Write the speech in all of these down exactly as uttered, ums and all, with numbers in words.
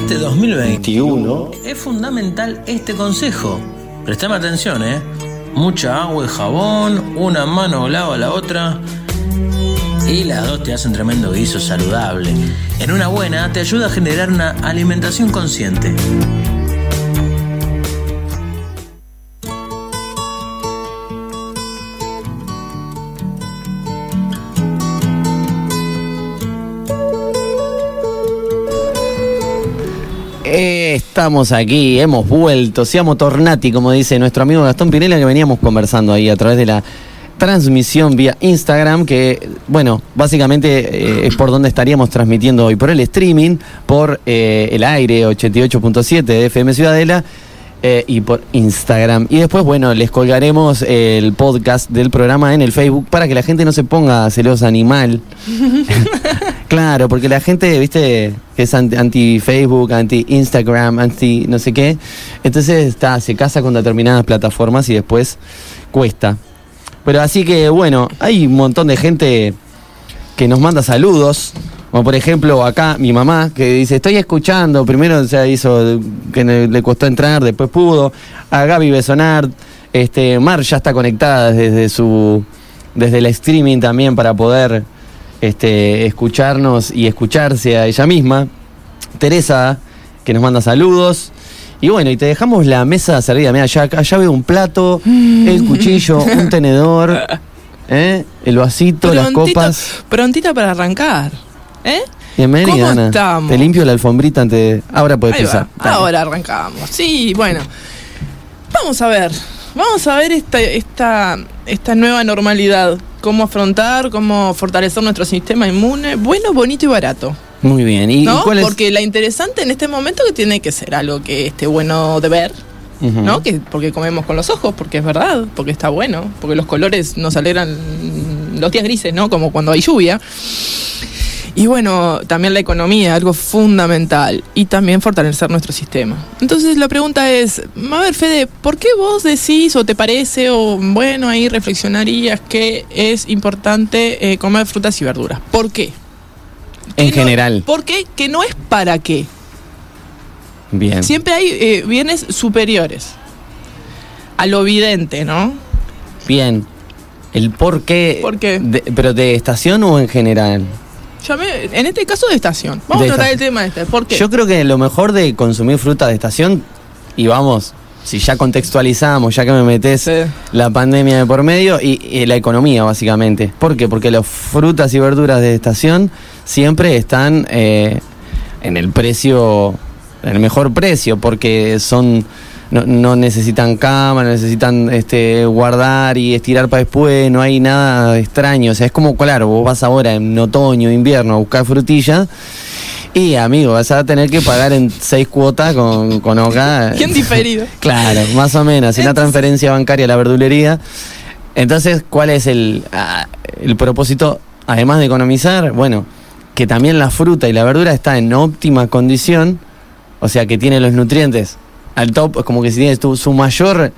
este dos mil veintiuno es fundamental este consejo. Prestame atención, ¿eh? Mucha agua y jabón, una mano lava la otra y las dos te hacen tremendo guiso saludable. En una buena te ayuda a generar una alimentación consciente. Estamos aquí, hemos vuelto, siamo tornati, como dice nuestro amigo Gastón Pinella, que veníamos conversando ahí a través de la transmisión vía Instagram, que, bueno, básicamente eh, es por donde estaríamos transmitiendo hoy, por el streaming, por eh, el aire ochenta y ocho punto siete de F M Ciudadela eh, y por Instagram. Y después, bueno, les colgaremos el podcast del programa en el Facebook para que la gente no se ponga celosa animal. Claro, porque la gente, viste, que es anti-Facebook, anti-Instagram, anti no sé qué, entonces está, se casa con determinadas plataformas y después cuesta. Pero así que, bueno, hay un montón de gente que nos manda saludos, como por ejemplo acá mi mamá, que dice, estoy escuchando, primero o sea, hizo que le costó entrar, después pudo, a Gaby Besonard, este, Mar ya está conectada desde su, desde el streaming también para poder... Este, escucharnos y escucharse a ella misma. Teresa, que nos manda saludos. Y bueno, y te dejamos la mesa servida. Mira, allá, allá veo un plato, mm. el cuchillo, un tenedor, ¿eh? El vasito, prontito, las copas. Prontita para arrancar, ¿eh? Bienvenida, Ana. Estamos? Te limpio la alfombrita antes de... Ahora puedes pisar. Ahora arrancamos. Sí, bueno. Vamos a ver. Vamos a ver esta, esta, esta nueva normalidad. Cómo afrontar, cómo fortalecer nuestro sistema inmune. Bueno, bonito y barato. Muy bien. ¿Y, ¿no? ¿y cuál es? Porque la interesante en este momento que tiene que ser algo que esté bueno de ver. Uh-huh. ¿No? Que, porque comemos con los ojos, porque es verdad, porque está bueno, porque los colores nos alegran los días grises, ¿no? Como cuando hay lluvia. Y bueno, también la economía, algo fundamental. Y también fortalecer nuestro sistema. Entonces la pregunta es, a ver, Fede, ¿por qué vos decís o te parece, o bueno, ahí reflexionarías que es importante eh, comer frutas y verduras? ¿Por qué? En no, general. ¿Por qué? Que no es para qué. Bien. Siempre hay eh, bienes superiores a lo evidente, ¿no? Bien. ¿El por qué? ¿Por qué? De, ¿Pero de estación o en general? En este caso de estación. Vamos de a tratar estación. El tema este. ¿Por qué? Yo creo que lo mejor de consumir fruta de estación, y vamos, si ya contextualizamos, ya que me metés sí. la pandemia de por medio, y, y la economía básicamente. ¿Por qué? Porque las frutas y verduras de estación siempre están eh, en el precio, en el mejor precio, porque son... No, no necesitan cama, no necesitan este, guardar y estirar para después, no hay nada extraño. O sea, es como, claro, vos vas ahora en otoño, invierno a buscar frutillas y, amigo, vas a tener que pagar en seis cuotas con, con hoja. ¿Quién diferido? Claro, más o menos, una transferencia bancaria a la verdulería. Entonces, ¿cuál es el, ah, el propósito? Además de economizar, bueno, que también la fruta y la verdura está en óptima condición, o sea, que tiene los nutrientes al top, es como que si tiene tu, su mayor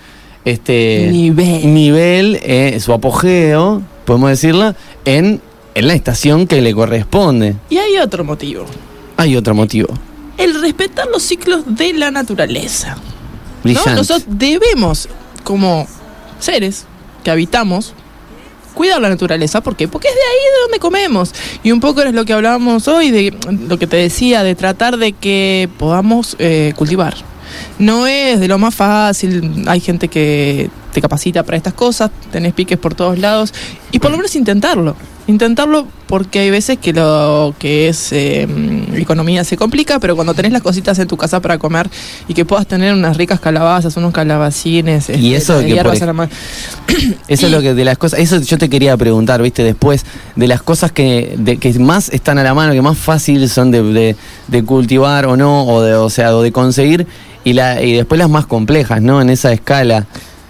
este nivel, nivel eh, su apogeo, podemos decirlo, en, en la estación que le corresponde. Y hay otro motivo. Hay otro motivo. El respetar los ciclos de la naturaleza. Brillante. ¿No? Nosotros debemos, como seres que habitamos, cuidar la naturaleza. ¿Por qué? Porque es de ahí de donde comemos. Y un poco es lo que hablábamos hoy, de lo que te decía, de tratar de que podamos eh, cultivar. No es de lo más fácil, hay gente que te capacita para estas cosas, tenés piques por todos lados, y por lo menos intentarlo, intentarlo porque hay veces que lo que es eh, economía se complica, pero cuando tenés las cositas en tu casa para comer y que puedas tener unas ricas calabazas, unos calabacines, y este, eso que por la mar... eso es lo que de las cosas, eso yo te quería preguntar, viste, después de las cosas que de, que más están a la mano, que más fácil son de, de, de cultivar o no, o de, o sea, o de conseguir. Y, la, y después las más complejas, ¿no? En esa escala.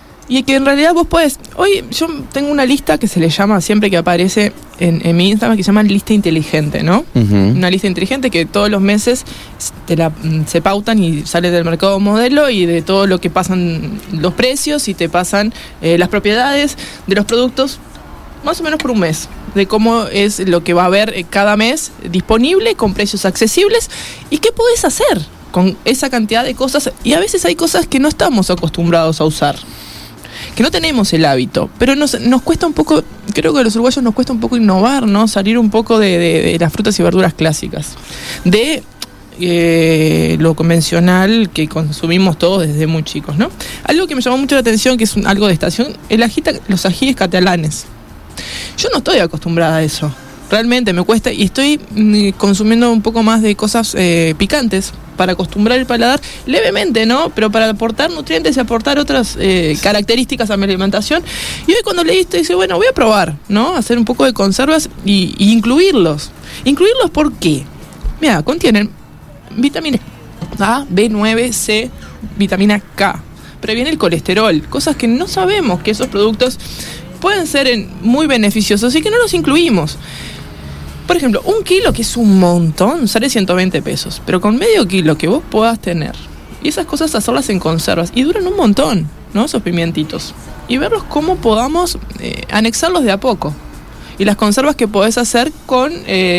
Y que en realidad vos podés... Hoy yo tengo una lista que se le llama, siempre que aparece en, en mi Instagram, que se llama lista inteligente, ¿no? Uh-huh. Una lista inteligente que todos los meses te la, se pautan y sale del mercado modelo y de todo lo que pasan los precios y te pasan eh, las propiedades de los productos, más o menos por un mes, de cómo es lo que va a haber cada mes disponible con precios accesibles y qué podés hacer. con esa cantidad de cosas, y a veces hay cosas que no estamos acostumbrados a usar, que no tenemos el hábito, pero nos, nos cuesta un poco, creo que a los uruguayos nos cuesta un poco innovar, ¿no? Salir un poco de, de, de las frutas y verduras clásicas, de eh, lo convencional que consumimos todos desde muy chicos, ¿no? Algo que me llamó mucho la atención, que es un, algo de estación, el ajita, los ajíes catalanes. Yo no estoy acostumbrada a eso, realmente me cuesta, y estoy mm, consumiendo un poco más de cosas eh, picantes para acostumbrar el paladar levemente, ¿no? Pero para aportar nutrientes y aportar otras eh, características a mi alimentación. Y hoy cuando leí esto dije, bueno, voy a probar, ¿no? Hacer un poco de conservas y, y incluirlos. ¿Incluirlos por qué? Mira, contienen vitamina A, B nueve, C, vitamina K. Previene el colesterol, cosas que no sabemos que esos productos pueden ser en, muy beneficiosos y que no los incluimos. Por ejemplo, un kilo, que es un montón, sale ciento veinte pesos. Pero con medio kilo que vos puedas tener, y esas cosas hacerlas en conservas, y duran un montón, ¿no? Esos pimientitos. Y verlos cómo podamos eh, anexarlos de a poco. Y las conservas que podés hacer con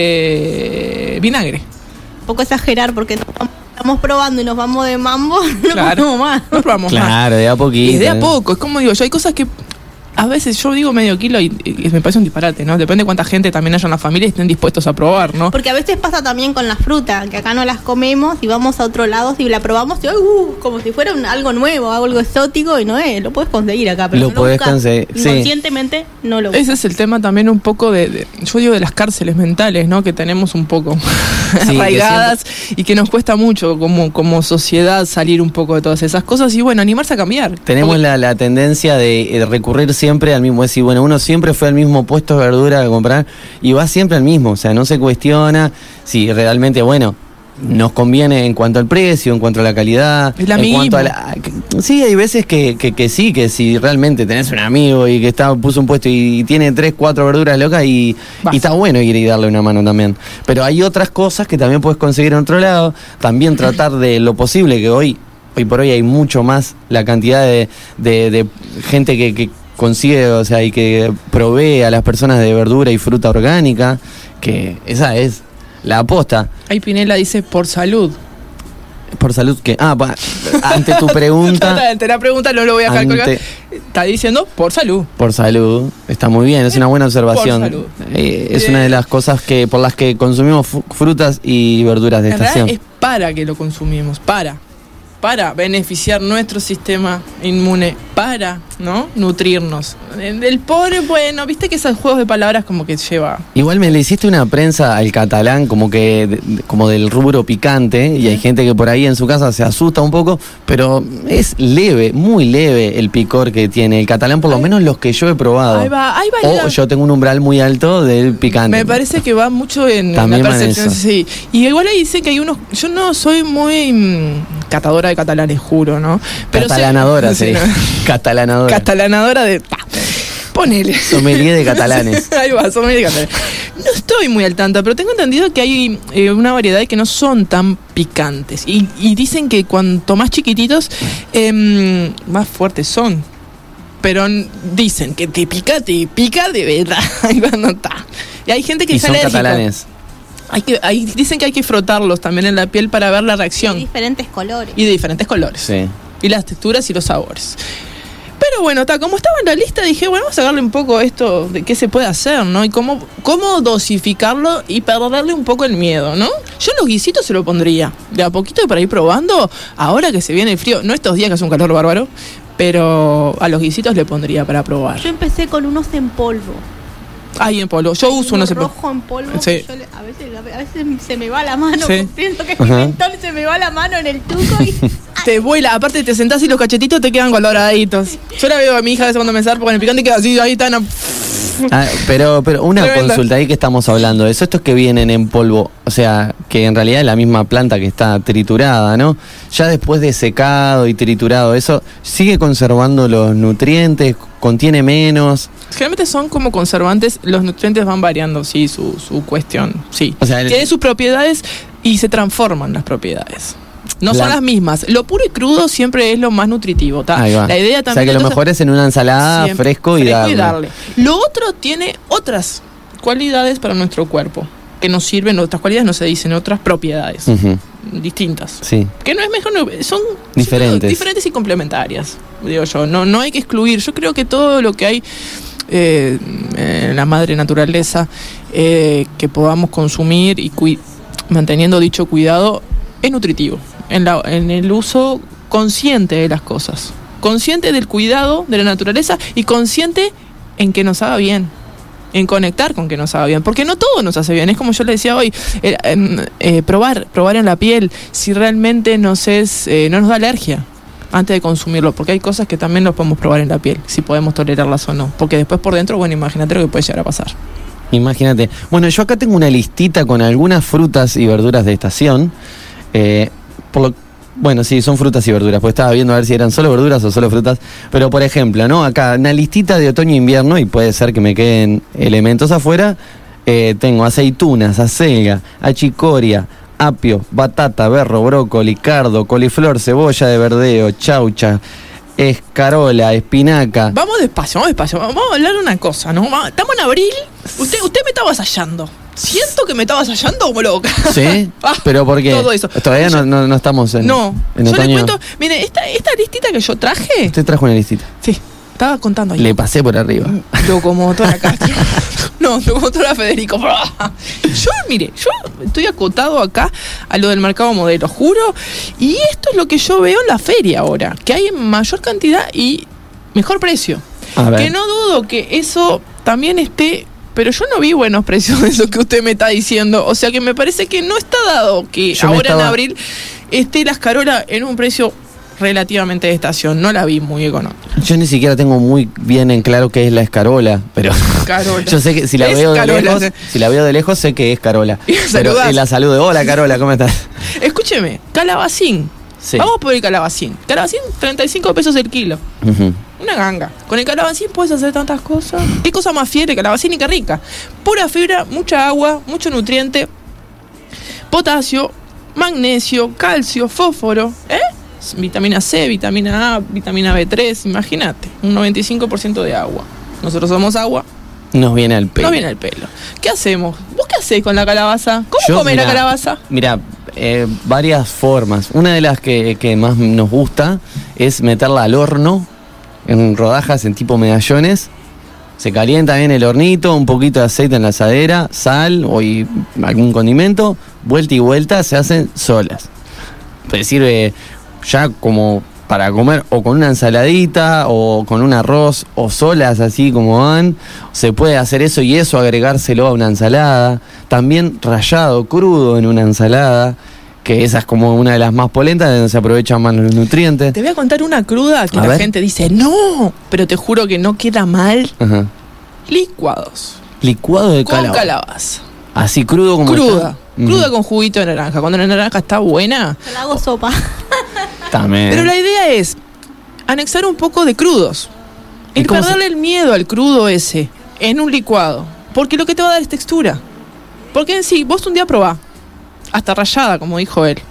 eh, vinagre. Un poco exagerar, porque no estamos probando y nos vamos de mambo, no claro, probamos más. No probamos claro, más. Claro, de a poquito. Y de a poco, es como digo yo, hay cosas que a veces yo digo medio kilo y, y me parece un disparate, ¿no? Depende de cuánta gente también haya en la familia y estén dispuestos a probar, ¿no? Porque a veces pasa también con la fruta, que acá no las comemos y vamos a otro lado y la probamos y uh, como si fuera un, algo nuevo, algo exótico, y no es, lo puedes conseguir acá, pero lo no podés lo conseguir, sí. Inconscientemente no lo buscas. Ese es el tema también un poco de, de, yo digo de las cárceles mentales, ¿no? Que tenemos un poco sí, arraigadas que siempre... y que nos cuesta mucho como, como sociedad salir un poco de todas esas cosas y bueno, animarse a cambiar. Tenemos porque... la, la tendencia de, de recurrir siempre al mismo, decir, bueno, uno siempre fue al mismo puesto de verdura a comprar y va siempre al mismo, o sea, no se cuestiona si realmente, bueno, nos conviene en cuanto al precio, en cuanto a la calidad, es la en misma. cuanto a la... Sí, hay veces que, que, que sí, que si realmente tenés un amigo y que está puso un puesto y tiene tres, cuatro verduras locas y, y está bueno ir y darle una mano también. Pero hay otras cosas que también puedes conseguir en otro lado, también tratar de lo posible, que hoy, hoy por hoy hay mucho más la cantidad de, de, de gente que... que consigue, o sea, y que provee a las personas de verdura y fruta orgánica, que esa es la aposta. Ahí Pinela dice por salud. Por salud, que ah, pa, ante tu pregunta. Ante la pregunta no lo voy a dejar ante, colgar. Está diciendo por salud. Por salud, está muy bien, es una buena observación. Por salud. Eh, es una de las cosas que por las que consumimos frutas y verduras de en estación. Es para que lo consumimos, para. Para beneficiar nuestro sistema inmune, para, ¿no? Nutrirnos. El pobre, bueno, viste que esos juegos de palabras como que lleva... Igual me le hiciste una prensa al catalán como que de, como del rubro picante, y hay gente que por ahí en su casa se asusta un poco, pero es leve, muy leve el picor que tiene el catalán, por lo ahí, menos los que yo he probado. Ahí va, ahí va. O la... yo tengo un umbral muy alto del picante. Me parece que va mucho en, También en la percepción, sí. Y igual ahí dice que hay unos... Yo no soy muy mmm, catadora de catalanes, juro, ¿no? Pero Catalanadora, sí. No. Catalanadora. Catalanadora de... Ponele. Sommelier de catalanes. Ahí va, sommelier de catalanes. No estoy muy al tanto, pero tengo entendido que hay eh, una variedad que no son tan picantes. Y, y dicen que cuanto más chiquititos, eh, más fuertes son. Pero dicen que te pica, te pica de verdad. Cuando está. Y hay gente que y son alérgica. Catalanes. Hay que, hay, dicen que hay que frotarlos también en la piel para ver la reacción. Y diferentes colores. Y de diferentes colores. Sí. Y las texturas y los sabores. Pero bueno, ta, como estaba en la lista, dije, bueno, vamos a darle un poco esto de qué se puede hacer, ¿no? Y cómo, cómo dosificarlo y perderle un poco el miedo, ¿no? Yo los guisitos se lo pondría de a poquito para ir probando, ahora que se viene el frío, no estos días que hace un calor bárbaro, pero a los guisitos le pondría para probar. Yo empecé con unos en polvo. Ay, en polvo. Yo uso unos en polvo. rojo en polvo. Sí. Yo le, a, veces, a veces se me va la mano. Sí. Pienso que es pimentón, se me va la mano en el tuco y... Te vuela. Aparte te sentás y los cachetitos te quedan coloraditos. Yo la veo a mi hija a veces cuando me zarpo con el picante y queda así, ahí tan... Ah, pero, pero una Tremenda. consulta ahí que estamos hablando de eso, estos que vienen en polvo, o sea, que en realidad es la misma planta que está triturada, ¿no? Ya después de secado y triturado, ¿eso sigue conservando los nutrientes? ¿Contiene menos? Generalmente son como conservantes, los nutrientes van variando, sí, su, su cuestión, sí. O sea, el... Tiene sus propiedades y se transforman las propiedades. No la... son las mismas. Lo puro y crudo siempre es lo más nutritivo, ¿tá? Ahí va. La idea también. O sea, que lo entonces, mejor es en una ensalada siempre, fresco, y, fresco darle. y darle. Lo otro tiene otras cualidades para nuestro cuerpo, que nos sirven, otras cualidades no se dicen, otras propiedades. Uh-huh. distintas. Sí. Que no es mejor, no, son diferentes. Son diferentes y complementarias, digo yo. No, no hay que excluir. Yo creo que todo lo que hay eh, en la madre naturaleza eh, que podamos consumir y cu- manteniendo dicho cuidado es nutritivo. En, la, en el uso consciente de las cosas. Consciente del cuidado de la naturaleza y consciente en que nos haga bien. En conectar con que nos haga bien, porque no todo nos hace bien. Es como yo le decía hoy, eh, eh, eh, probar, probar en la piel si realmente nos es, eh, no nos da alergia antes de consumirlo, porque hay cosas que también los podemos probar en la piel, si podemos tolerarlas o no, porque después por dentro, bueno, imagínate lo que puede llegar a pasar. Imagínate. Bueno, yo acá tengo una listita con algunas frutas y verduras de estación. Eh, por lo Bueno, sí, son frutas y verduras, pues estaba viendo a ver si eran solo verduras o solo frutas. Pero, por ejemplo, ¿no? Acá, una listita de otoño e invierno, y puede ser que me queden elementos afuera. Eh, tengo aceitunas, acelga, achicoria, apio, batata, berro, brócoli, cardo, coliflor, cebolla de verdeo, chaucha, escarola, espinaca. Vamos despacio, vamos despacio. Vamos a hablar de una cosa, ¿no? Estamos en abril. Usted, usted me está avasallando. Siento que me estaba avasallando como loca. ¿Sí? Ah, ¿Pero por qué? todo eso. Todavía no, no, no estamos en, no, en yo otoño. le cuento, mire, esta, esta listita que yo traje. Usted trajo una listita. Sí, estaba contando ahí. Le pasé por arriba. Locomotora Katia. No, locomotora Federico. Yo, mire, yo estoy acotado acá a lo del mercado modelo, juro. Y esto es lo que yo veo en la feria ahora, que hay mayor cantidad y mejor precio. A ver. Que no dudo que eso también esté... Pero yo no vi buenos precios de eso que usted me está diciendo. O sea que me parece que no está dado que Yo ahora estaba... en abril esté la escarola en un precio relativamente de estación. No la vi muy económica. Yo ni siquiera tengo muy bien en claro qué es la escarola, pero Carola. yo sé que si la Es veo de Carola, lejos, sí. si la veo de lejos sé que es Carola. Y la Pero saludás. y la saludo. Hola Carola, ¿cómo estás? Escúcheme, calabacín. Sí. Vamos por el calabacín. Calabacín, treinta y cinco pesos el kilo. Ujú. Una ganga. Con el calabacín puedes hacer tantas cosas. Qué cosa más fiel el calabacín y qué rica. Pura fibra, mucha agua, mucho nutriente, potasio, magnesio, calcio, fósforo, ¿eh? Vitamina C, vitamina A, vitamina B tres, imagínate. Un noventa y cinco por ciento de agua. Nosotros somos agua, Nos viene al pelo. no viene el pelo. ¿Qué hacemos? ¿Vos qué hacés con la calabaza? ¿Cómo Yo, comés la mirá, calabaza? Mira, eh, varias formas. Una de las que, que más nos gusta es meterla al horno en rodajas en tipo medallones. Se calienta bien el hornito, un poquito de aceite en la asadera, sal o y algún condimento, vuelta y vuelta, se hacen solas. Pues sirve ya como para comer o con una ensaladita o con un arroz o solas así como van. Se puede hacer eso y eso agregárselo a una ensalada. También rallado, crudo en una ensalada, que esa es como una de las más polentas, donde se aprovechan más los nutrientes. Te voy a contar una cruda que A la ver. gente dice, no, pero te juro que no queda mal. Ajá. Licuados. Licuado de Con calabaza. calabaza. Así crudo como Cruda. está. Cruda Ujú. con juguito de naranja. Cuando la naranja está buena. Yo la hago sopa. También. Pero la idea es anexar un poco de crudos. ¿Y Y cómo perderle el miedo al crudo ese en un licuado. Porque lo que te va a dar es textura. Porque en sí, vos un día probá. Hasta rallada, como dijo él.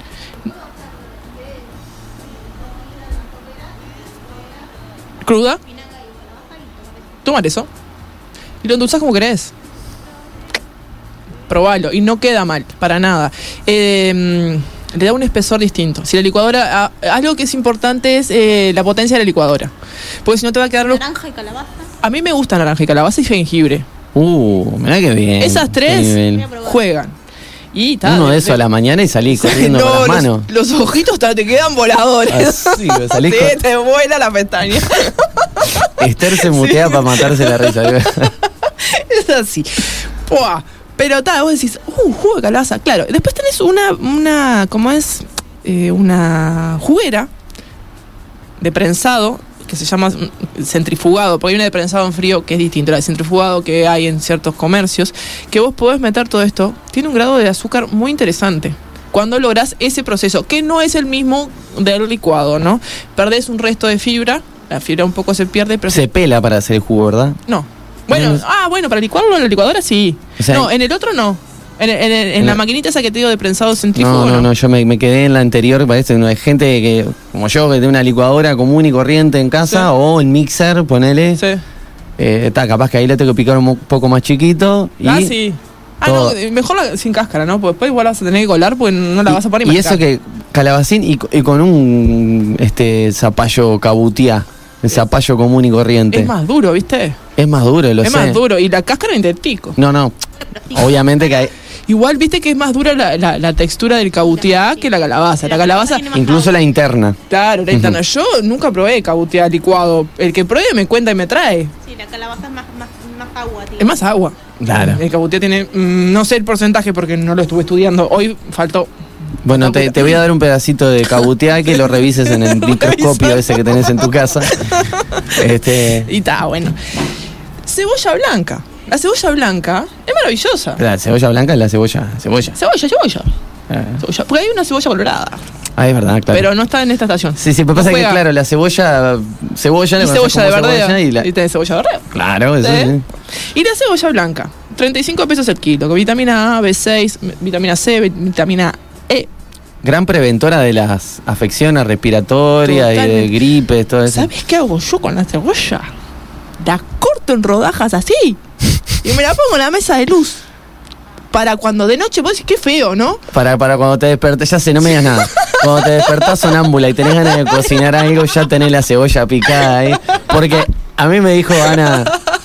Cruda. Tomar eso. Y lo endulzás como querés. Probalo. Y no queda mal, para nada. Eh, le da un espesor distinto. Si la licuadora... a- algo que es importante es eh, la potencia de la licuadora. Porque si no te va a quedar... Lo, Naranja y calabaza. a mí me gusta naranja y calabaza y jengibre. Uh, mirá que bien. Esas Qué tres nivel. Voy a probar. juegan. Y ta, Uno de- de eso de- a la mañana y salí corriendo No, con las los- manos. Los, ojitos ta- te quedan voladores. Así, me salí Sí, con- te vuela la pestaña. Esther se mutea Sí. para matarse la risa. Es así. Puah. Pero tal, vos decís, uh, jugo de calabaza. Claro, después tenés una, una ¿cómo es? Eh, una juguera de prensado que se llama mm, centrifugado, porque hay una de prensado en frío que es distinta, la de centrifugado que hay en ciertos comercios, que vos podés meter todo esto. Tiene un grado de azúcar muy interesante. Cuando lográs ese proceso, que no es el mismo del licuado, ¿no? Perdés un resto de fibra, la fibra un poco se pierde, pero Se pela para hacer el jugo, ¿verdad? no. Bueno, Menos- ah, bueno, para licuarlo en la licuadora sí. O sea, no, en el otro no. En, en- en- en en la la- maquinita esa que te digo de prensado centrífugo. No, no, no, yo me, me quedé en la anterior, parece, no hay gente que, como yo, que tiene una licuadora común y corriente en casa, Sí. o el mixer, ponele. Sí. Eh, está, capaz que ahí le tengo que picar un mo- poco más chiquito. Y Ah, sí. Ah, todo. No, mejor la, sin cáscara, ¿no? Porque después igual vas a tener que colar porque no la y, vas a poner y Y eso que calabacín y, y con un este zapallo cabutiá, el zapallo común y corriente. Es más duro, ¿viste? Es más duro, lo es sé. Es más duro. Y la cáscara en tico. No, no. Obviamente que hay... Igual viste que es más dura la, la, la textura del cabutiá que la calabaza. La calabaza... Incluso la interna. Claro, la interna. Uh-huh. Yo nunca probé cabutiá licuado. El que pruebe me cuenta y me trae. Sí, la calabaza es más, más, más agua, tío. Es más agua. Claro. El cabutiá tiene... Mmm, no sé el porcentaje porque no lo estuve estudiando. Hoy faltó... Bueno, te, te voy a dar un pedacito de cabutiá que lo revises en el microscopio ese que tenés en tu casa. Este... Y está, bueno. Cebolla blanca. La cebolla blanca es maravillosa. La cebolla blanca es la cebolla. Cebolla. Cebolla, cebolla. Ah. cebolla. Porque hay una cebolla colorada. Ah, es verdad, claro. Pero no está en esta estación. Sí, sí, pero pasa que, claro, la cebolla. Cebolla, y cebolla de verdeo. Y, la... y tenés cebolla de verdeo. Claro, eso ¿Eh? sí. Y la cebolla blanca, treinta y cinco pesos el kilo. Con vitamina A, B seis, vitamina C, vitamina E. Gran preventora de las afecciones respiratorias y de gripes, todo eso. ¿Sabes qué hago yo con la cebolla? La corto en rodajas así y me la pongo en la mesa de luz. Para cuando de noche, vos decís, qué feo, ¿no? Para, para cuando te despertás, ya sé, no me digas nada. Cuando te despertás sonámbula y tenés ganas de cocinar algo, ya tenés la cebolla picada ahí. Porque a mí me dijo Ana...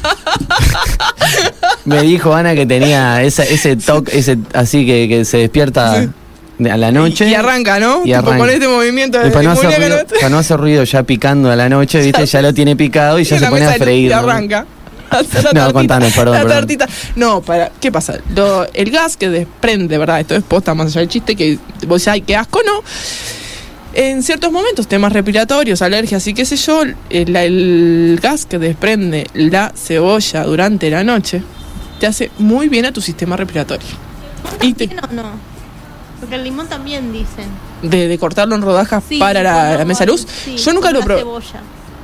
me dijo Ana que tenía esa, ese toque, ese así que, que se despierta... Sí. A la noche. Y arranca, ¿no? Y arranca. Con este movimiento de para no, hacer ruido, no, para no hacer ruido ya picando a la noche, ¿viste? Ya lo tiene picado y ya se pone a freír. Y arranca. ¿No? No, contanos, perdón. La perdón. tartita. No, para, ¿qué pasa? Lo, el gas que desprende, ¿verdad? Esto es posta más allá del chiste, que vos decís, ay, qué asco, ¿no? En ciertos momentos, temas respiratorios, alergias y qué sé yo, el, el gas que desprende la cebolla durante la noche te hace muy bien a tu sistema respiratorio. Y te, no, no. Porque el limón también dicen. De, de cortarlo en rodajas sí, para la, la mesa luz. Sí, yo nunca lo probé. Cebolla.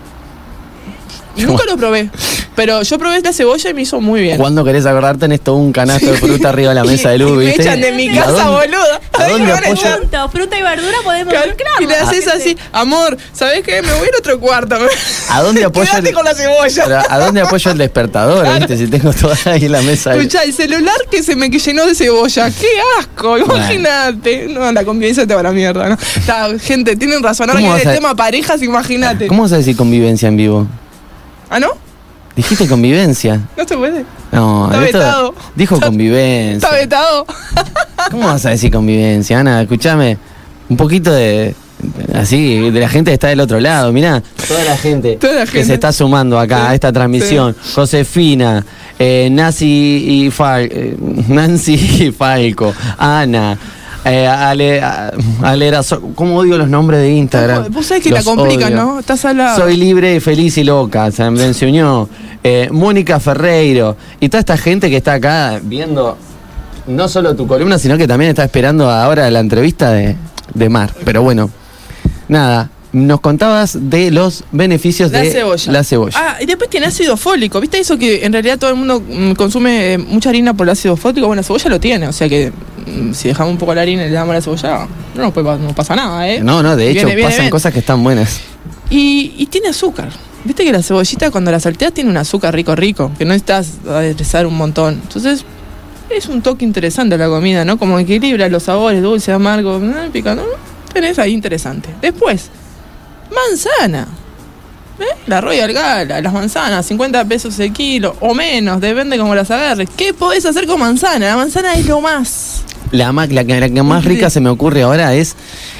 Nunca lo probé. Pero yo probé esta cebolla y me hizo muy bien. Cuando querés acordarte, tenés todo un canasto de fruta arriba de la mesa de luz, y, y ¿viste? me echan de mi casa, boludo. ¿A dónde apoya? Fruta y verdura podemos claro, mezclarla. Y le haces así, amor, ¿sabés qué? Me voy al otro cuarto. ¿A dónde apoya? Quédate el... con la cebolla. Pero, ¿a dónde apoyo el despertador? Claro. ¿Viste? Si tengo toda ahí en la mesa. Escuchá, el celular que se me llenó de cebolla. ¡Qué asco! Imagínate. No, la convivencia te va a la mierda, ¿no? Está, gente, tienen razón. Ahora que viene el tema parejas, imagínate. ¿Cómo vas a decir convivencia en vivo? ¿Ah, no? Dijiste convivencia. No se puede. No, está vetado. Dijo está, convivencia. Está vetado. ¿Cómo vas a decir convivencia, Ana? Escúchame. Un poquito de... Así, de la gente que está del otro lado. Mirá, toda la gente, toda la gente. que se está sumando acá sí, a esta transmisión. Sí. Josefina, eh, Nancy y Fal, eh, Nancy y Falco, Ana... Eh, Ale, Ale, ¿cómo odio los nombres de Instagram? Vos sabés que los la complican, odio. ¿No? Estás al lado. Soy libre, feliz y loca, se me enseñó. Eh, Mónica Ferreiro y toda esta gente que está acá viendo no solo tu columna, sino que también está esperando ahora la entrevista de, de Mar. Pero bueno, nada. Nos contabas de los beneficios la de cebolla. la cebolla. Ah, y después tiene ácido fólico. ¿Viste eso que en realidad todo el mundo consume mucha harina por el ácido fólico? Bueno, la cebolla lo tiene. O sea que si dejamos un poco la harina y le damos la cebolla, no, nos puede, no pasa nada, ¿eh? No, no, de hecho viene, viene, pasan viene. cosas que están buenas. Y, y tiene azúcar. ¿Viste que la cebollita cuando la salteas tiene un azúcar rico, rico? Que no necesitas aderezar un montón. Entonces, es un toque interesante a la comida, ¿no? Como equilibra los sabores, dulce, amargo, picante. Tenés ahí interesante. Después... manzana, ¿eh? La Royal Gala, las manzanas, cincuenta pesos el kilo o menos, depende cómo las agarres. ¿Qué podés hacer con manzana? La manzana es lo más. La, la, la, la que más rica se me ocurre ahora es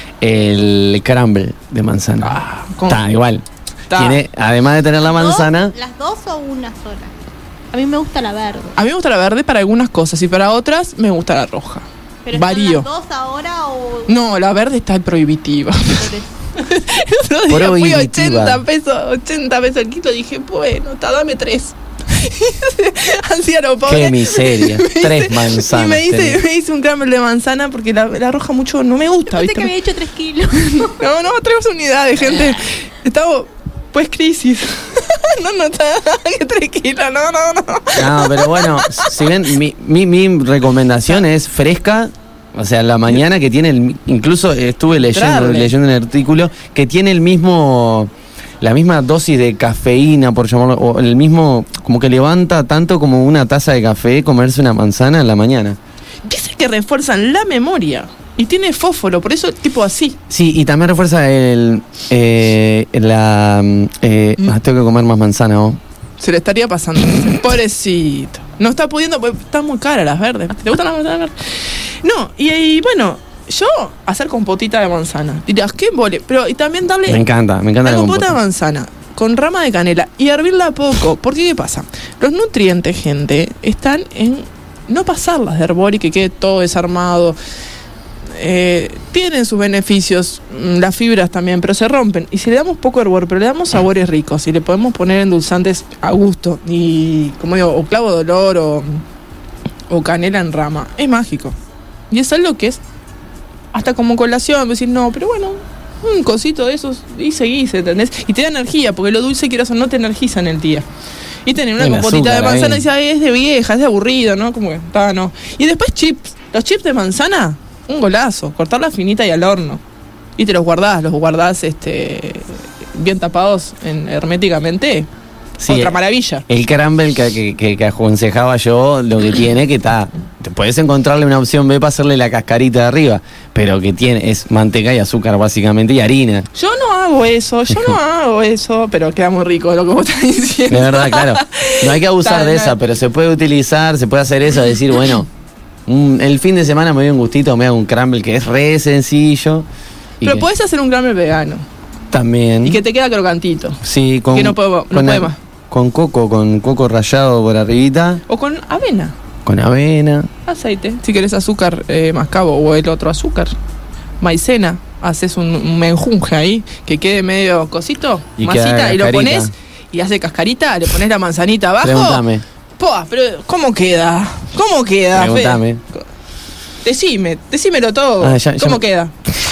el crumble de manzana. Ah, Está igual. Ta. Tiene, además de tener la manzana. ¿Dos? ¿Las dos o una sola? A mí me gusta la verde. A mí me gusta la verde para algunas cosas y para otras me gusta la roja. ¿Pero varío? ¿Están las dos ahora o...? No, la verde está prohibitiva. El otro día fui ochenta pesos, ochenta pesos el kilo, dije, bueno, está, dame tres. Anciano pobre. Qué miseria, tres manzanas. Y me hice, me hice un crumble de manzana porque la, la roja mucho no me gusta. Pensé que había hecho tres kilos. No, no, tres unidades, gente. Estaba pues crisis. No, no está, que tres kilos, no, no, no. No, pero bueno, si ven, mi, mi, mi recomendación es fresca. O sea, la mañana que tiene el... Incluso estuve leyendo, leyendo un artículo que tiene el mismo la misma dosis de cafeína, por llamarlo, o el mismo, como que levanta tanto como una taza de café comerse una manzana en la mañana. Dice que refuerzan la memoria y tiene fósforo, por eso tipo así. Sí, y también refuerza el, eh, la, eh, Mm. ah, tengo que comer más manzana, ¿no? Se le estaría pasando. Pobrecito. No está pudiendo, pues, están muy caras las verdes. ¿Te gustan las manzanas verdes? No, y, y bueno, yo hacer compotita de manzana. Dirás, ¿qué embole? Pero y también darle... Me encanta, me encanta la la compota de compota. manzana con rama de canela y hervirla poco. Porque ¿qué pasa? Los nutrientes, gente, están en no pasarlas de hervor y que quede todo desarmado. Eh, tienen sus beneficios, mm, las fibras también, pero se rompen. Y si le damos poco hervor, pero le damos sabores ricos y le podemos poner endulzantes a gusto, y como digo, o clavo de olor o, o canela en rama, es mágico. Y es algo que es hasta como colación, decir, no, pero bueno, un cosito de esos y seguís, ¿entendés? Y te da energía, porque lo dulce, quieras o no, te energiza en el día. Y tener una El compotita de azúcar manzana y ahí. dices, "Ay, es de vieja, es de aburrido", ¿no? Como que, está, no. Y después chips. Los chips de manzana, un golazo. Cortarla finita y al horno. Y te los guardás, los guardás este, bien tapados en, herméticamente. Sí, Otra eh, maravilla. El crumble que, que, que, que aconsejaba yo, lo que tiene que está, te puedes encontrarle una opción B para hacerle la cascarita de arriba, pero que tiene es manteca y azúcar básicamente y harina. Yo no hago eso, yo no hago eso, pero queda muy rico lo que vos estás diciendo. De verdad, claro. No hay que abusar Está, de no. esa, pero se puede utilizar, se puede hacer eso, decir, bueno, un- el fin de semana me doy un gustito, me hago un crumble que es re sencillo. y Pero que podés hacer un crumble vegano también. y que te queda crocantito. Sí, con, que no puedo- no con, puede a- más. con coco, con coco rallado por arribita, O con avena, con avena. aceite. Si querés azúcar eh, mascabo o el otro azúcar, maicena, haces un, un menjunje ahí que quede medio cosito, Y que masita, haga y lo cascarita. pones y hace cascarita, le pones la manzanita abajo. Pregúntame, Poa, pero ¿cómo queda? ¿Cómo queda, Fe? pregúntame. Decime, decímelo todo. Ah, ya- ya ¿Cómo me- queda?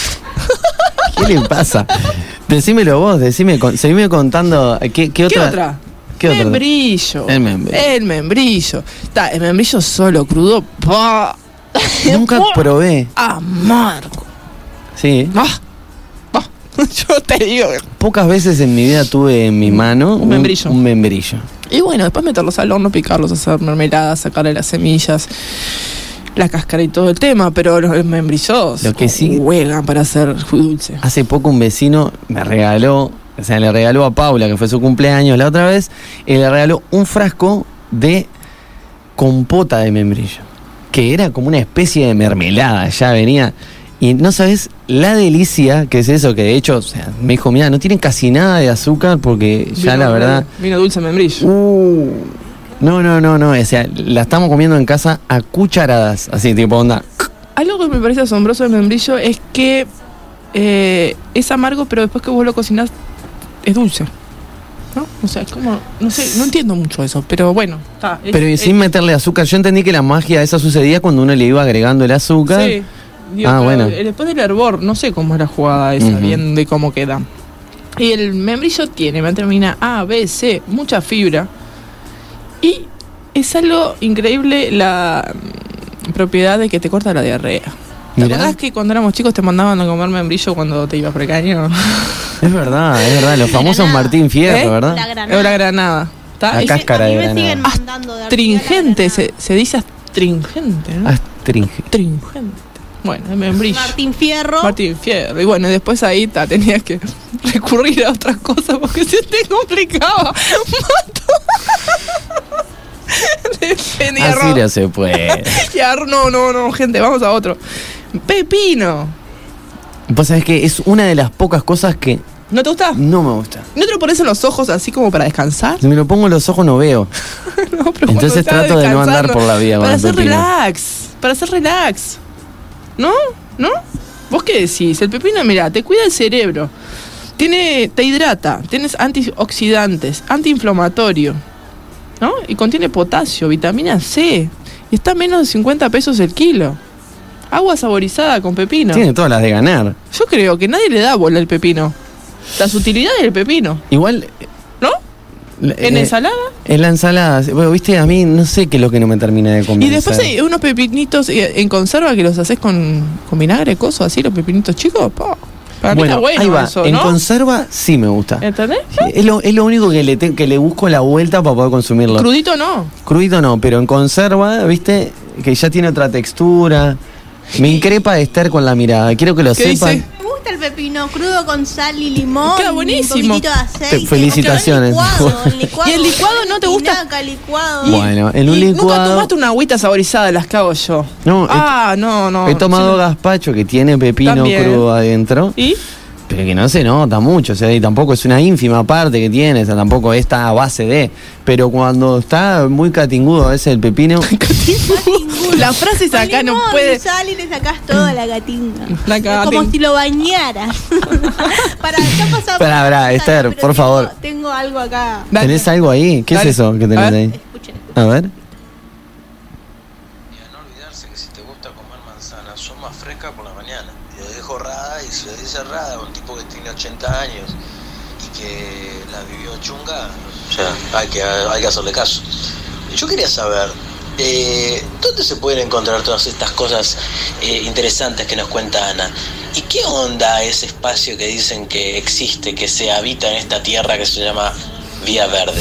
¿Qué le pasa? Decímelo vos, decime, con- seguime contando. ¿Qué, qué otra? ¿Qué otra? ¿Qué otra? membrillo. El membrillo. El membrillo. Está, el membrillo solo, crudo. ¡Pah! Nunca probé. Amargo. Sí. ¡Ah! ¡Ah! Yo te digo. Pocas veces en mi vida tuve en mi mano Un membrillo. Un membrillo. Y bueno, después meterlos al horno, picarlos, hacer mermelada, sacarle las semillas, la cáscara y todo el tema, pero los membrillos Lo que sí- juegan para hacer dulce. Hace poco un vecino me regaló, o sea, le regaló a Paula, que fue su cumpleaños la otra vez, y le regaló un frasco de compota de membrillo, que era como una especie de mermelada, ya venía. Y no sabes la delicia que es eso, que de hecho, o sea, me dijo, mira, no tiene casi nada de azúcar porque ya Vino- la verdad... Vino dulce membrillo. Uh, no, no, no, no, o sea, la estamos comiendo en casa a cucharadas, así tipo onda. Algo que me parece asombroso del membrillo es que eh, es amargo, pero después que vos lo cocinás es dulce. ¿No? O sea, es como, no sé, no entiendo mucho eso, pero bueno, está. es- Pero y es- sin meterle azúcar, yo entendí que la magia esa sucedía cuando uno le iba agregando el azúcar. Sí. Digo, Ah, pero bueno. eh, Después del hervor, no sé cómo es la jugada esa, Ujú. bien de cómo queda. Y el membrillo tiene vitamina A, B, C, mucha fibra. Y es algo increíble la mm, propiedad de que te corta la diarrea. ¿Te Mirá. acordás que cuando éramos chicos te mandaban a comer membrillo cuando te ibas por el caño? Es verdad, es verdad, los famosos Granada. Martín Fierro, ¿Eh? ¿verdad? La granada. Es la granada. ¿Está? La Es cáscara a mí de me granada. siguen mandando de astringente, Argentina se, se dice astringente, ¿no? Astringente. Astringente. Bueno, el membrillo. Martín Fierro. Martín Fierro. Y bueno, después ahí ta, tenías que recurrir a otras cosas porque se te complicaba. Dependía Así no se puede. Ya, no, no, no, gente, vamos a otro. Pepino. Vos sabés que es una de las pocas cosas que ¿No te gusta? no me gusta. ¿No te lo pones en los ojos así como para descansar? Si me lo pongo en los ojos no veo. No, pero Entonces cuando estás trato de no andar descansando, por la vida con Para el hacer pepino. relax. Para hacer relax. ¿No? ¿No? ¿Vos qué decís? El pepino, mira, te cuida el cerebro. Tiene, te hidrata, tienes antioxidantes, antiinflamatorio, ¿no? Y contiene potasio, vitamina C. Y está a menos de cincuenta pesos el kilo. Agua saborizada con pepino. Tiene todas las de ganar. Yo creo que nadie le da bola al pepino. Las utilidades del pepino, Igual. ¿no? En eh, ensalada. En la ensalada. Bueno, viste, a mí no sé qué es lo que no me termina de convencer. Y después hay unos pepinitos eh, en conserva que los haces con, con vinagre, coso, así, los pepinitos chicos. Pa. Para mí bueno, está bueno ahí va. eso, En ¿no? conserva sí me gusta. ¿Entendés? Es lo, es lo único que le, te- que le busco la vuelta para poder consumirlo. Crudito no. Crudito no, pero en conserva, viste, que ya tiene otra textura. Me increpa estar con la mirada. Quiero que lo ¿Qué sepan. dice? Me gusta el pepino crudo con sal y limón. Queda buenísimo. Un poquitito de aceite. Te- felicitaciones. O sea, en licuado, en licuado. ¿Y el licuado no te gusta? Espinaca, licuado. Bueno, en un ¿Y ¿Nunca licuado. tomaste una agüita saborizada de las que hago yo? No, he- ah, no, no. He tomado Sí, gazpacho que tiene pepino También. crudo adentro. ¿Y? Pero que no se nota mucho, o sea, y tampoco es una ínfima parte que tiene, o sea, tampoco está a base de. Pero cuando está muy catingudo a veces el pepino. La frase es Con acá, no limón, puede. sal y le sacás toda la gatinga. La Es gatinga. como si lo bañaras. Para, ya pasamos. Pará, pará, Esther, Pero por tengo- favor. Tengo algo acá. Dale. ¿Tenés algo ahí? ¿Qué Dale. es eso que A tenés ver. ahí? Escuchen. A ver. Y a no olvidarse que si te gusta comer manzanas, son más frescas por la mañana. Y lo dejo errada y se dice errada, un tipo que tiene ochenta años y que la vivió chunga, o sea, hay que, hay que hacerle caso. Yo quería saber, eh, ¿dónde se pueden encontrar todas estas cosas eh, interesantes que nos cuenta Ana? ¿Y qué onda ese espacio que dicen que existe, que se habita en esta tierra que se llama Vía Verde?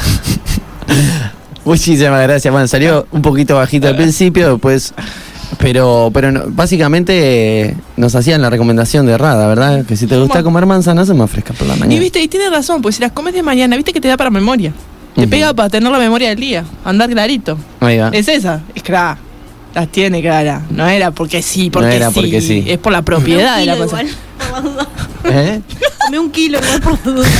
Muchísimas gracias. Bueno, salió un poquito bajito al principio, después. Pero, pero no- básicamente eh, nos hacían la recomendación de Rada, ¿verdad? Que si te gusta comer manzanas, son más frescas por la mañana. Y viste, y tiene razón, pues si las comes de mañana, viste que te da para memoria. Te Ujú. pega para tener la memoria del día, andar clarito. Ahí va. Es esa, es clara. Las tiene clara. No era porque sí, porque, No era sí. porque sí. Es por la Tomé propiedad un de la kilo cosa. igual, por la duda. ¿Eh? Tomé un kilo igual por la duda.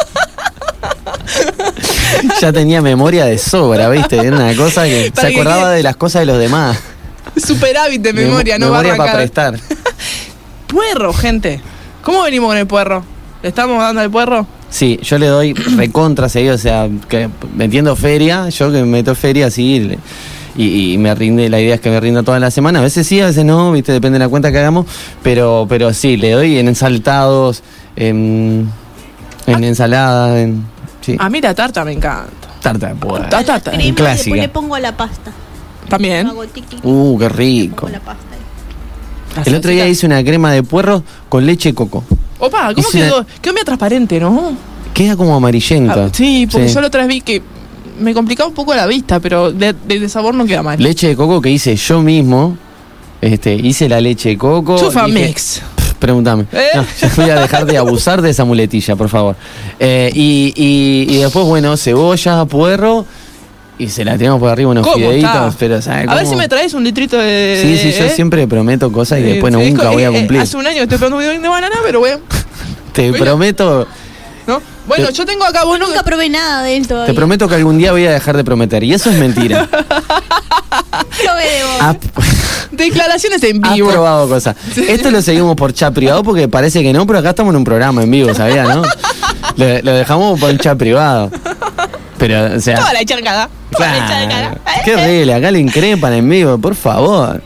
Ya tenía memoria de sobra, ¿viste? Era una cosa que Para se que acordaba quede- de las cosas de los demás. Superávit de memoria, Mem- no va a memoria para arrancar. prestar. Puerro, gente. ¿Cómo venimos con el puerro? ¿Le estamos dando al puerro? Sí, yo le doy recontra seguido, o sea, que metiendo feria, yo que meto feria así le- y, y me rinde, la idea es que me rinda toda la semana, a veces sí, a veces no, viste, depende de la cuenta que hagamos, pero, pero sí, le doy en ensaltados, en, en ensalada, en sí, A mí la tarta me encanta. tarta de puerro. Ta- ta- ta- Crema y clásica. después le pongo a la pasta. También. Hago tiqui, tiqui, Uh, qué le rico. pongo la pasta ahí. El otro día hice una crema de puerro con leche y coco. Opa, ¿cómo hice quedó? una- Quedó medio transparente, ¿no? Queda como amarillenta. Ah, sí, porque yo la otra vez vi que me complicaba un poco la vista, pero de, de- de sabor no queda mal. Leche de coco que hice yo mismo. Este, hice la leche de coco. Chufa dije- mix. Pff, Pregúntame. ¿Eh? No, ya voy a dejar de abusar de esa muletilla, por favor. Eh, y, y, y después, bueno, cebolla, puerro. Y se la tenemos por arriba unos ¿Cómo fideitos. está? Pero, ¿sabes A ver cómo? si me traes un litrito de. Sí, sí, yo ¿eh? siempre prometo cosas y Eh, después sí, nunca es- voy a eh, eh, cumplir. Hace un año que estoy esperando un video de banana, pero bueno. Te Bueno. prometo, ¿no? Bueno, Te- yo tengo acá vos Nunca probé nada de él todavía. te prometo que algún día voy a dejar de prometer. Y eso es mentira. Probé de vos. Ha- Declaraciones en Has vivo. probado cosas. Esto lo seguimos por chat privado porque parece que no, pero acá estamos en un programa en vivo, ¿sabías, no? Lo, lo dejamos por un chat privado. Pero, o sea. Toda la charcada. Toda la Claro, charcada. qué horrible, acá le increpan en vivo, por favor.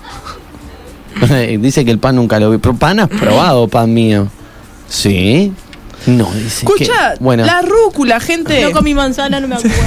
Dice que el pan nunca lo vi. ¿Pero pan has probado, pan mío? ¿Sí? No, dice que. Escucha, Bueno, la rúcula, gente. No comí manzana, no me acuerdo.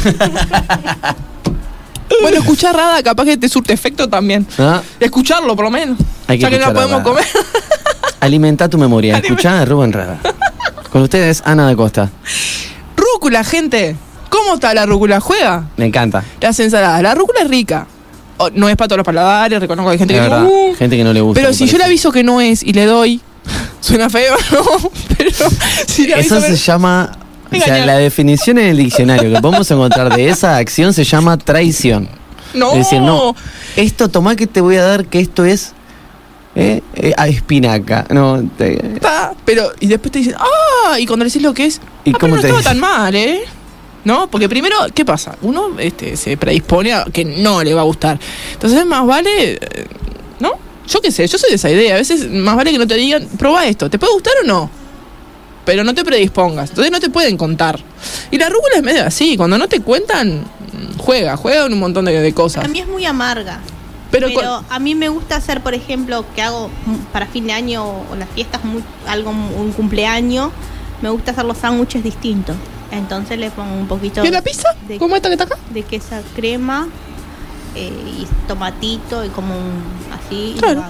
Bueno, escuchar Rada, capaz que te surte efecto también. ¿ah? Escucharlo, por lo menos. Hay que ya que no la escuchar a podemos Rada. comer. Alimenta tu memoria. Escuchá a Rubén Rada. Con ustedes, Ana de Costa. Rúcula, gente. ¿Cómo está la rúcula? ¿Juega? Me encanta. Las ensaladas. La rúcula es rica. O- no es para todos los paladares, reconozco que hay gente Es que verdad. no. Uh, Gente que no le gusta. pero me si yo parece. le aviso que no es y le doy, suena feo, ¿no? Pero si le aviso Eso que se llama. O sea, Engañar. la definición en el diccionario que podemos encontrar de esa acción se llama traición. no. Es decir, no, esto tomá que te voy a dar que esto es eh, eh, a espinaca. No, te- Está, pero, y después te dicen, ah, y cuando le decís lo que es, ¿Y ah, cómo pero no te estaba dice? tan mal, ¿eh? ¿No? Porque primero, ¿qué pasa? Uno este, se predispone a que no le va a gustar. Entonces, más vale, eh, ¿no? Yo qué sé, yo soy de esa idea. A veces, más vale que no te digan, probá esto, ¿te puede gustar o no? Pero no te predispongas, entonces no te pueden contar. Y la rúcula es medio así, cuando no te cuentan, juega, juega en un montón de, de cosas. A mí es muy amarga. Pero, Pero, con- a mí me gusta hacer, por ejemplo, que hago mm, para fin de año o las fiestas, muy, algo, un cumpleaños, me gusta hacer los sándwiches distintos. Entonces le pongo un poquito ¿y la pizza? de, ¿Cómo esta que está acá? de queso crema eh, y tomatito y como un, así y Claro. lo hago.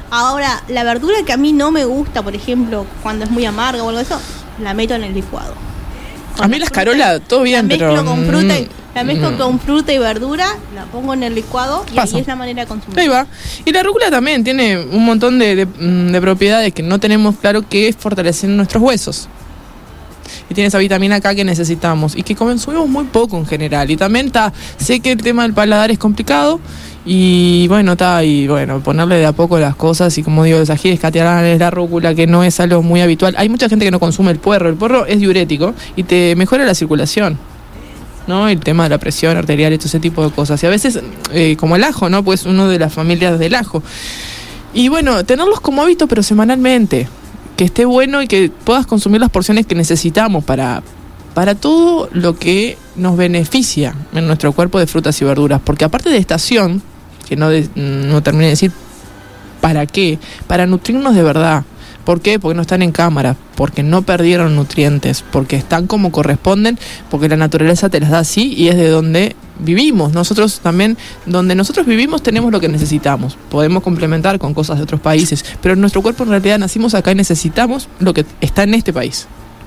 Ahora, la verdura que a mí no me gusta, por ejemplo, cuando es muy amarga o algo de eso, la meto en el licuado. Con a mí la escarola, todo bien, la pero... mezclo con fruta y, mm, la mezclo mm. con fruta y verdura, la pongo en el licuado y Pasa. ahí es la manera de consumir. Ahí va. Y la rúcula también tiene un montón de, de, de propiedades que no tenemos claro que fortalecen nuestros huesos. Y tiene esa vitamina K que necesitamos y que consumimos muy poco en general. Y también está, sé que el tema del paladar es complicado y bueno, está, y bueno, ponerle de a poco las cosas y como digo, los ajíes catearales, la rúcula, que no es algo muy habitual. Hay mucha gente que no consume el puerro. El puerro es diurético y te mejora la circulación, ¿no? El tema de la presión arterial y todo ese tipo de cosas. Y a veces, eh, como el ajo, ¿no? Pues uno de las familias del ajo. Y bueno, tenerlos como hábito, pero semanalmente. Que esté bueno y que puedas consumir las porciones que necesitamos para, para todo lo que nos beneficia en nuestro cuerpo de frutas y verduras. Porque aparte de estación, que no, de, no terminé de decir para qué, para nutrirnos de verdad. ¿Por qué? Porque no están en cámara, porque no perdieron nutrientes, porque están como corresponden, porque la naturaleza te las da así y es de donde vivimos. Nosotros también, donde nosotros vivimos tenemos lo que necesitamos. Podemos complementar con cosas de otros países, pero en nuestro cuerpo en realidad nacimos acá y necesitamos lo que está en este país.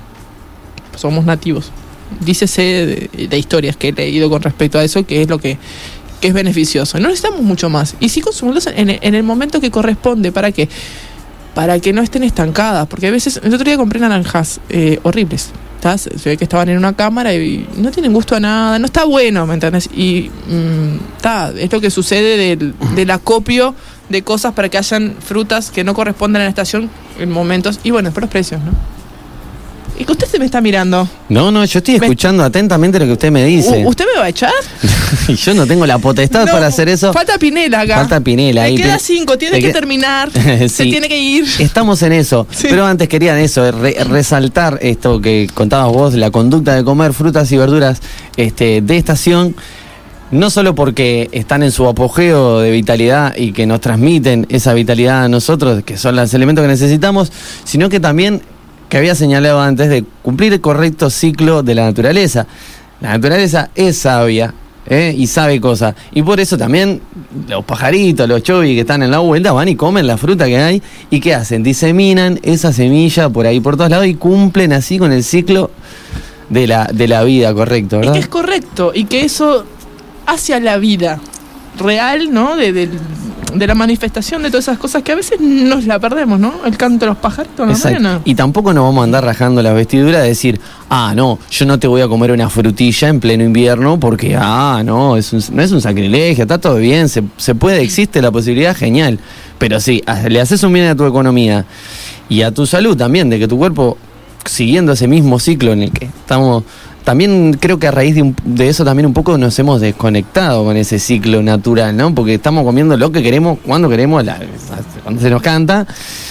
Somos nativos. Dícese de, de historias que he leído con respecto a eso, que es lo que, que es beneficioso. No necesitamos mucho más. Y sí consumirlos en, en el momento que corresponde. ¿Para qué? Para que no estén estancadas, porque a veces, el otro día compré naranjas eh, horribles, ¿estás? Se ve que estaban en una cámara y no tienen gusto a nada, no está bueno, ¿me entendés? Y está, mm, es lo que sucede del, del acopio de cosas para que hayan frutas que no corresponden a la estación en momentos, y bueno, después los precios, ¿no? ¿Y que usted se me está mirando? No, no, yo estoy me... escuchando atentamente lo que usted me dice. ¿U ¿Usted me va a echar? Y yo no tengo la potestad no, para hacer eso. Falta Pinela acá. Falta Pinela. Me ahí, queda Pin... cinco, tiene que, que terminar. Sí. Se tiene que ir. Estamos en eso. Sí. Pero antes querían eso, re resaltar esto que contabas vos, la conducta de comer frutas y verduras este, de estación. No solo porque están en su apogeo de vitalidad y que nos transmiten esa vitalidad a nosotros, que son los elementos que necesitamos, sino que también, que había señalado antes, de cumplir el correcto ciclo de la naturaleza. La naturaleza es sabia, ¿eh? Y sabe cosas. Y por eso también los pajaritos, los chovis que están en la vuelta van y comen la fruta que hay. ¿Y qué hacen? Diseminan esa semilla por ahí, por todos lados, y cumplen así con el ciclo de la, de la vida, correcto, ¿verdad? Y que es correcto, y que eso hacia la vida real, ¿no? De, de, de la manifestación de todas esas cosas que a veces nos la perdemos, ¿no? El canto de los pajaritos en la mañana. Y tampoco nos vamos a andar rajando las vestiduras de decir, ah, no, yo no te voy a comer una frutilla en pleno invierno porque, ah, no, es un, no es un sacrilegio, está todo bien, se, se puede, existe la posibilidad, genial. Pero sí, le haces un bien a tu economía y a tu salud también, de que tu cuerpo, siguiendo ese mismo ciclo en el que estamos... También creo que a raíz de, un, de eso también un poco nos hemos desconectado con ese ciclo natural, ¿no? Porque estamos comiendo lo que queremos, cuando queremos, la, cuando se nos canta.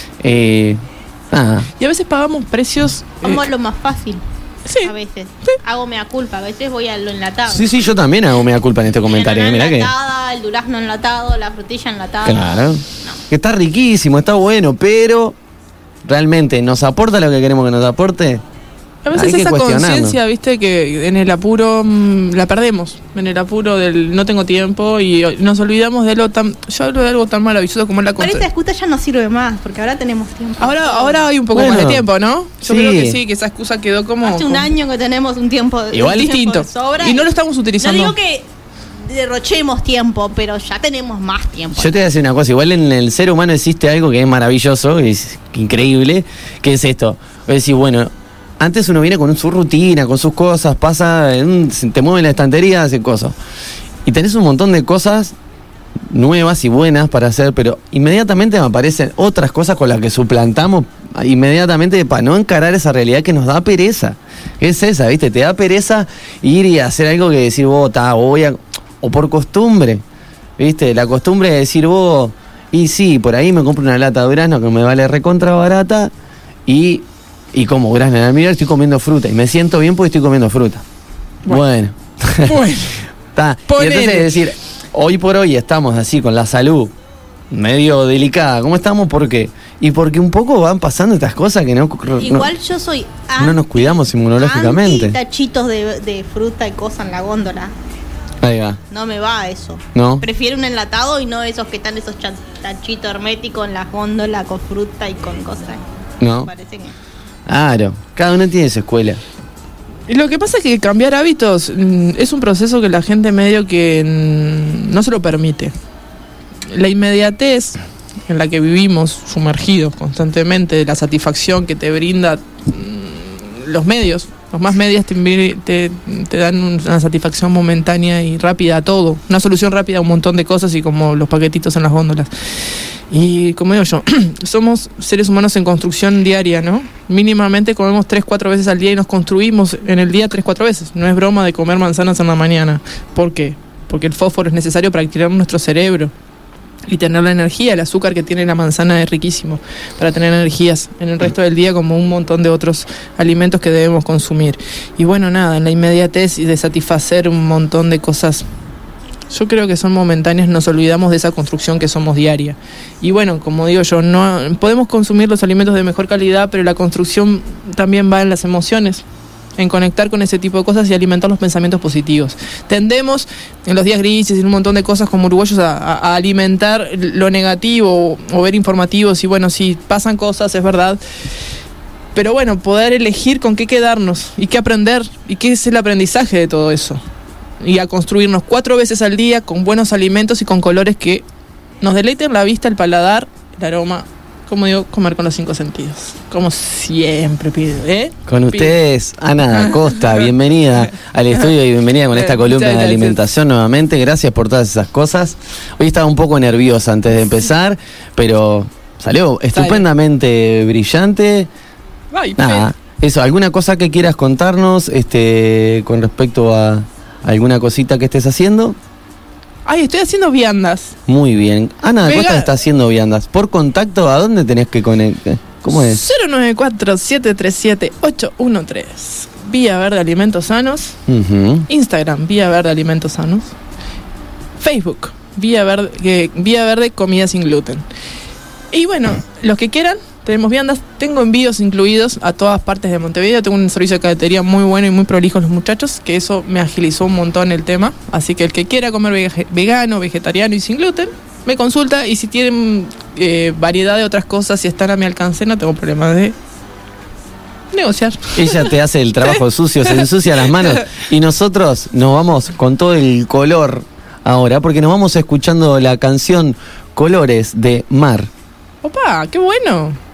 Eh, nada. Y a veces pagamos precios... Vamos eh, a lo más fácil. Sí. A veces. Sí. Hago mea culpa, a veces voy a lo enlatado. Sí, sí, yo también hago mea culpa en este comentario. La Mirá enlatada, que... el durazno enlatado, la frutilla enlatada. Claro. No. Que está riquísimo, está bueno, pero ¿realmente nos aporta lo que queremos que nos aporte? A veces esa conciencia, viste, que en el apuro mmm, la perdemos, en el apuro del no tengo tiempo y nos olvidamos de lo tan, yo hablo de algo tan maravilloso como es la conciencia. Pero esa excusa ya no sirve más, porque ahora tenemos tiempo. Ahora, ahora hay un poco bueno, más de tiempo, ¿no? Yo sí. creo que sí, que esa excusa quedó como... Hace un como... año que tenemos un tiempo de igual tiempo distinto, de sobra y no lo estamos utilizando. No digo que derrochemos tiempo, pero ya tenemos más tiempo. Yo te voy a decir una cosa, igual en el ser humano existe algo que es maravilloso, que es increíble, que es esto. Es decir, bueno... Antes uno viene con su rutina, con sus cosas, pasa, en, te mueve en la estantería, hace cosas. Y tenés un montón de cosas nuevas y buenas para hacer, pero inmediatamente me aparecen otras cosas con las que suplantamos inmediatamente para no encarar esa realidad que nos da pereza. ¿Qué es esa, viste? Te da pereza ir y hacer algo que decir vos, ta, voy a... O por costumbre, viste, la costumbre de decir vos, y sí, por ahí me compro una lata de durazno que me vale recontra barata y... Y como durazno en el almíbar estoy comiendo fruta. Y me siento bien porque estoy comiendo fruta. Bueno. Bueno. Está. Y entonces es decir, hoy por hoy estamos así con la salud medio delicada. ¿Cómo estamos? ¿Por qué? Y porque un poco van pasando estas cosas que no... Igual no, yo soy... Anti, no nos cuidamos inmunológicamente. Anti tachitos de, de fruta y cosas en la góndola. Ahí va. No me va eso. ¿No? Prefiero un enlatado y no esos que están esos tachitos herméticos en la góndola con fruta y con cosas. No. Me parece que... Claro, cada uno tiene su escuela. Y lo que pasa es que cambiar hábitos mm, es un proceso que la gente medio que mm, no se lo permite. La inmediatez en la que vivimos sumergidos constantemente, la satisfacción que te brinda mmm, los medios, los más medios te, te, te dan una satisfacción momentánea y rápida a todo, una solución rápida a un montón de cosas, y como los paquetitos en las góndolas. Y como digo yo, somos seres humanos en construcción diaria, ¿no? Mínimamente comemos tres, cuatro veces al día y nos construimos en el día tres, cuatro veces. No es broma de comer manzanas en la mañana. ¿Por qué? Porque el fósforo es necesario para activar nuestro cerebro y tener la energía. El azúcar que tiene la manzana es riquísimo para tener energías en el resto del día, como un montón de otros alimentos que debemos consumir. Y bueno, nada, en la inmediatez y de satisfacer un montón de cosas, yo creo que son momentáneas, nos olvidamos de esa construcción que somos diaria. Y bueno, como digo yo, no podemos consumir los alimentos de mejor calidad, pero la construcción también va en las emociones, en conectar con ese tipo de cosas y alimentar los pensamientos positivos. Tendemos en los días grises y un montón de cosas como uruguayos a, a, a alimentar lo negativo o, o ver informativos, y bueno, sí, pasan cosas, es verdad, pero bueno, poder elegir con qué quedarnos y qué aprender y qué es el aprendizaje de todo eso, y a construirnos cuatro veces al día con buenos alimentos y con colores que nos deleiten la vista, el paladar, el aroma. Como digo, comer con los cinco sentidos. Como siempre pido, ¿eh? Con ustedes, Ana Acosta, bienvenida al estudio y bienvenida con esta columna de alimentación nuevamente. Gracias por todas esas cosas. Hoy estaba un poco nerviosa antes de empezar, pero salió estupendamente brillante. Ay, Nada, eso, ¿alguna cosa que quieras contarnos este, con respecto a alguna cosita que estés haciendo? Ay, estoy haciendo viandas. Muy bien. Ana Vega... Acosta está haciendo viandas. ¿Por contacto a dónde tenés que conectar? ¿Cómo es? cero nueve cuatro, siete tres siete, ocho uno tres. Vía Verde Alimentos Sanos. Uh-huh. Instagram, Vía Verde Alimentos Sanos. Facebook, Vía Verde, eh, Vía Verde Comida Sin Gluten. Y bueno, los que quieran, tenemos viandas. Tengo envíos incluidos a todas partes de Montevideo. Tengo un servicio de cafetería muy bueno y muy prolijo los muchachos, que eso me agilizó un montón el tema. Así que el que quiera comer vege- vegano, vegetariano y sin gluten, me consulta. Y si tienen eh, variedad de otras cosas, si están a mi alcance, no tengo problema de negociar. Ella te hace el trabajo sucio, se ensucia las manos. Y nosotros nos vamos con todo el color ahora, porque nos vamos escuchando la canción Colores de Mar. ¡Opa! ¡Qué bueno!